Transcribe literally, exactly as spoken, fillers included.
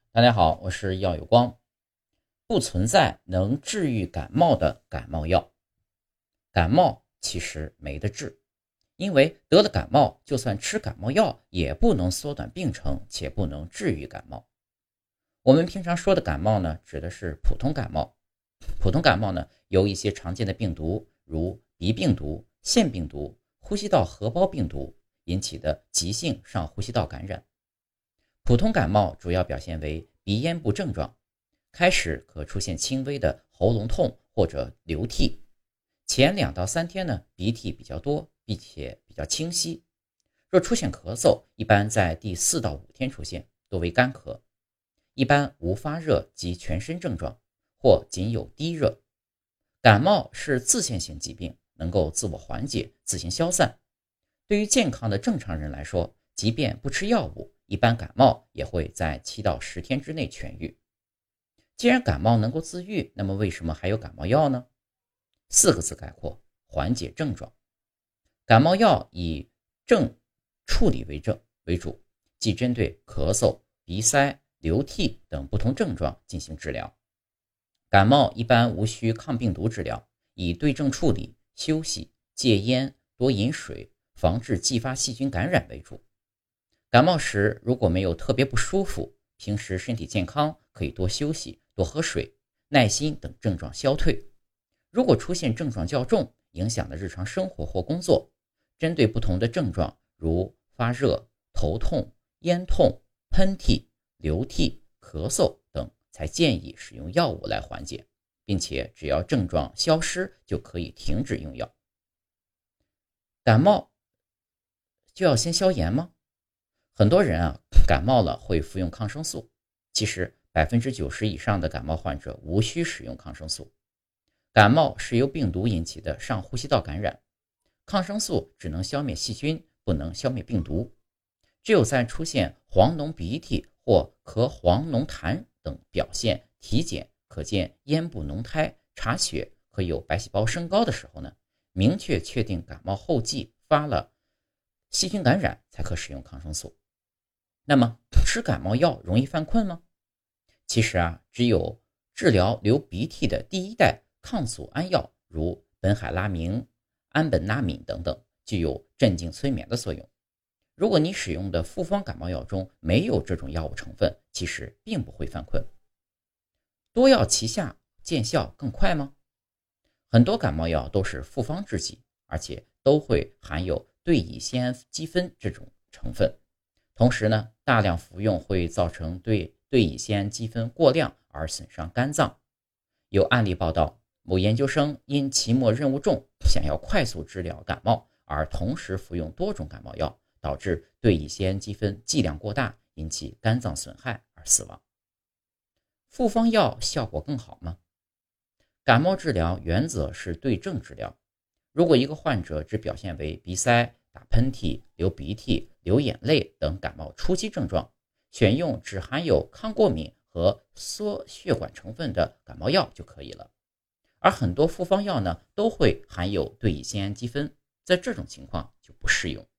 大家好，我是药有光。不存在能治愈感冒的感冒药。感冒其实没得治，因为得了感冒，就算吃感冒药也不能缩短病程，且不能治愈感冒。我们平常说的感冒呢，指的是普通感冒。普通感冒呢，由一些常见的病毒，如鼻病毒、腺病毒、呼吸道合胞病毒引起的急性上呼吸道感染。普通感冒主要表现为鼻咽部症状，开始可出现轻微的喉咙痛或者流涕，前两到三天呢，鼻涕比较多，并且比较清晰。若出现咳嗽，一般在第四到五天出现，多为干咳，一般无发热及全身症状，或仅有低热。感冒是自限性疾病，能够自我缓解、自行消散。对于健康的正常人来说，即便不吃药物，一般感冒也会在七到十天之内痊愈。既然感冒能够自愈，那么为什么还有感冒药呢？四个字概括：缓解症状。感冒药以症处理为症为主，即针对咳嗽、鼻塞、流涕等不同症状进行治疗。感冒一般无需抗病毒治疗，以对症处理、休息、戒烟、多饮水，防治继发细菌感染为主。感冒时如果没有特别不舒服，平时身体健康，可以多休息、多喝水，耐心等症状消退。如果出现症状较重，影响了日常生活或工作，针对不同的症状，如发热、头痛、咽痛、喷嚏、流涕、咳嗽等，才建议使用药物来缓解，并且只要症状消失就可以停止用药。感冒就要先消炎吗？很多人啊，感冒了会服用抗生素，其实 百分之九十 以上的感冒患者无需使用抗生素。感冒是由病毒引起的上呼吸道感染，抗生素只能消灭细菌，不能消灭病毒。只有在出现黄脓鼻涕或咳黄脓痰等表现，体检可见咽部脓苔、查血可有白细胞升高的时候呢，明确确定感冒后继发了细菌感染，才可使用抗生素。那么吃感冒药容易犯困吗？其实啊，只有治疗流鼻涕的第一代抗组胺药，如苯海拉明、氨苯那敏等等，具有镇静催眠的作用。如果你使用的复方感冒药中没有这种药物成分，其实并不会犯困。多药齐下，见效更快吗？很多感冒药都是复方制剂，而且都会含有对乙酰氨基酚这种成分。同时呢，大量服用会造成对对乙酰氨基酚过量而损伤肝脏。有案例报道，某研究生因期末任务重，想要快速治疗感冒，而同时服用多种感冒药，导致对乙酰氨基酚剂量过大，引起肝脏损害而死亡。复方药效果更好吗？感冒治疗原则是对症治疗。如果一个患者只表现为鼻塞、打喷嚏、流鼻涕、流眼泪等感冒初期症状，选用只含有抗过敏和缩血管成分的感冒药就可以了。而很多复方药呢，都会含有对乙酰氨基酚，在这种情况就不适用。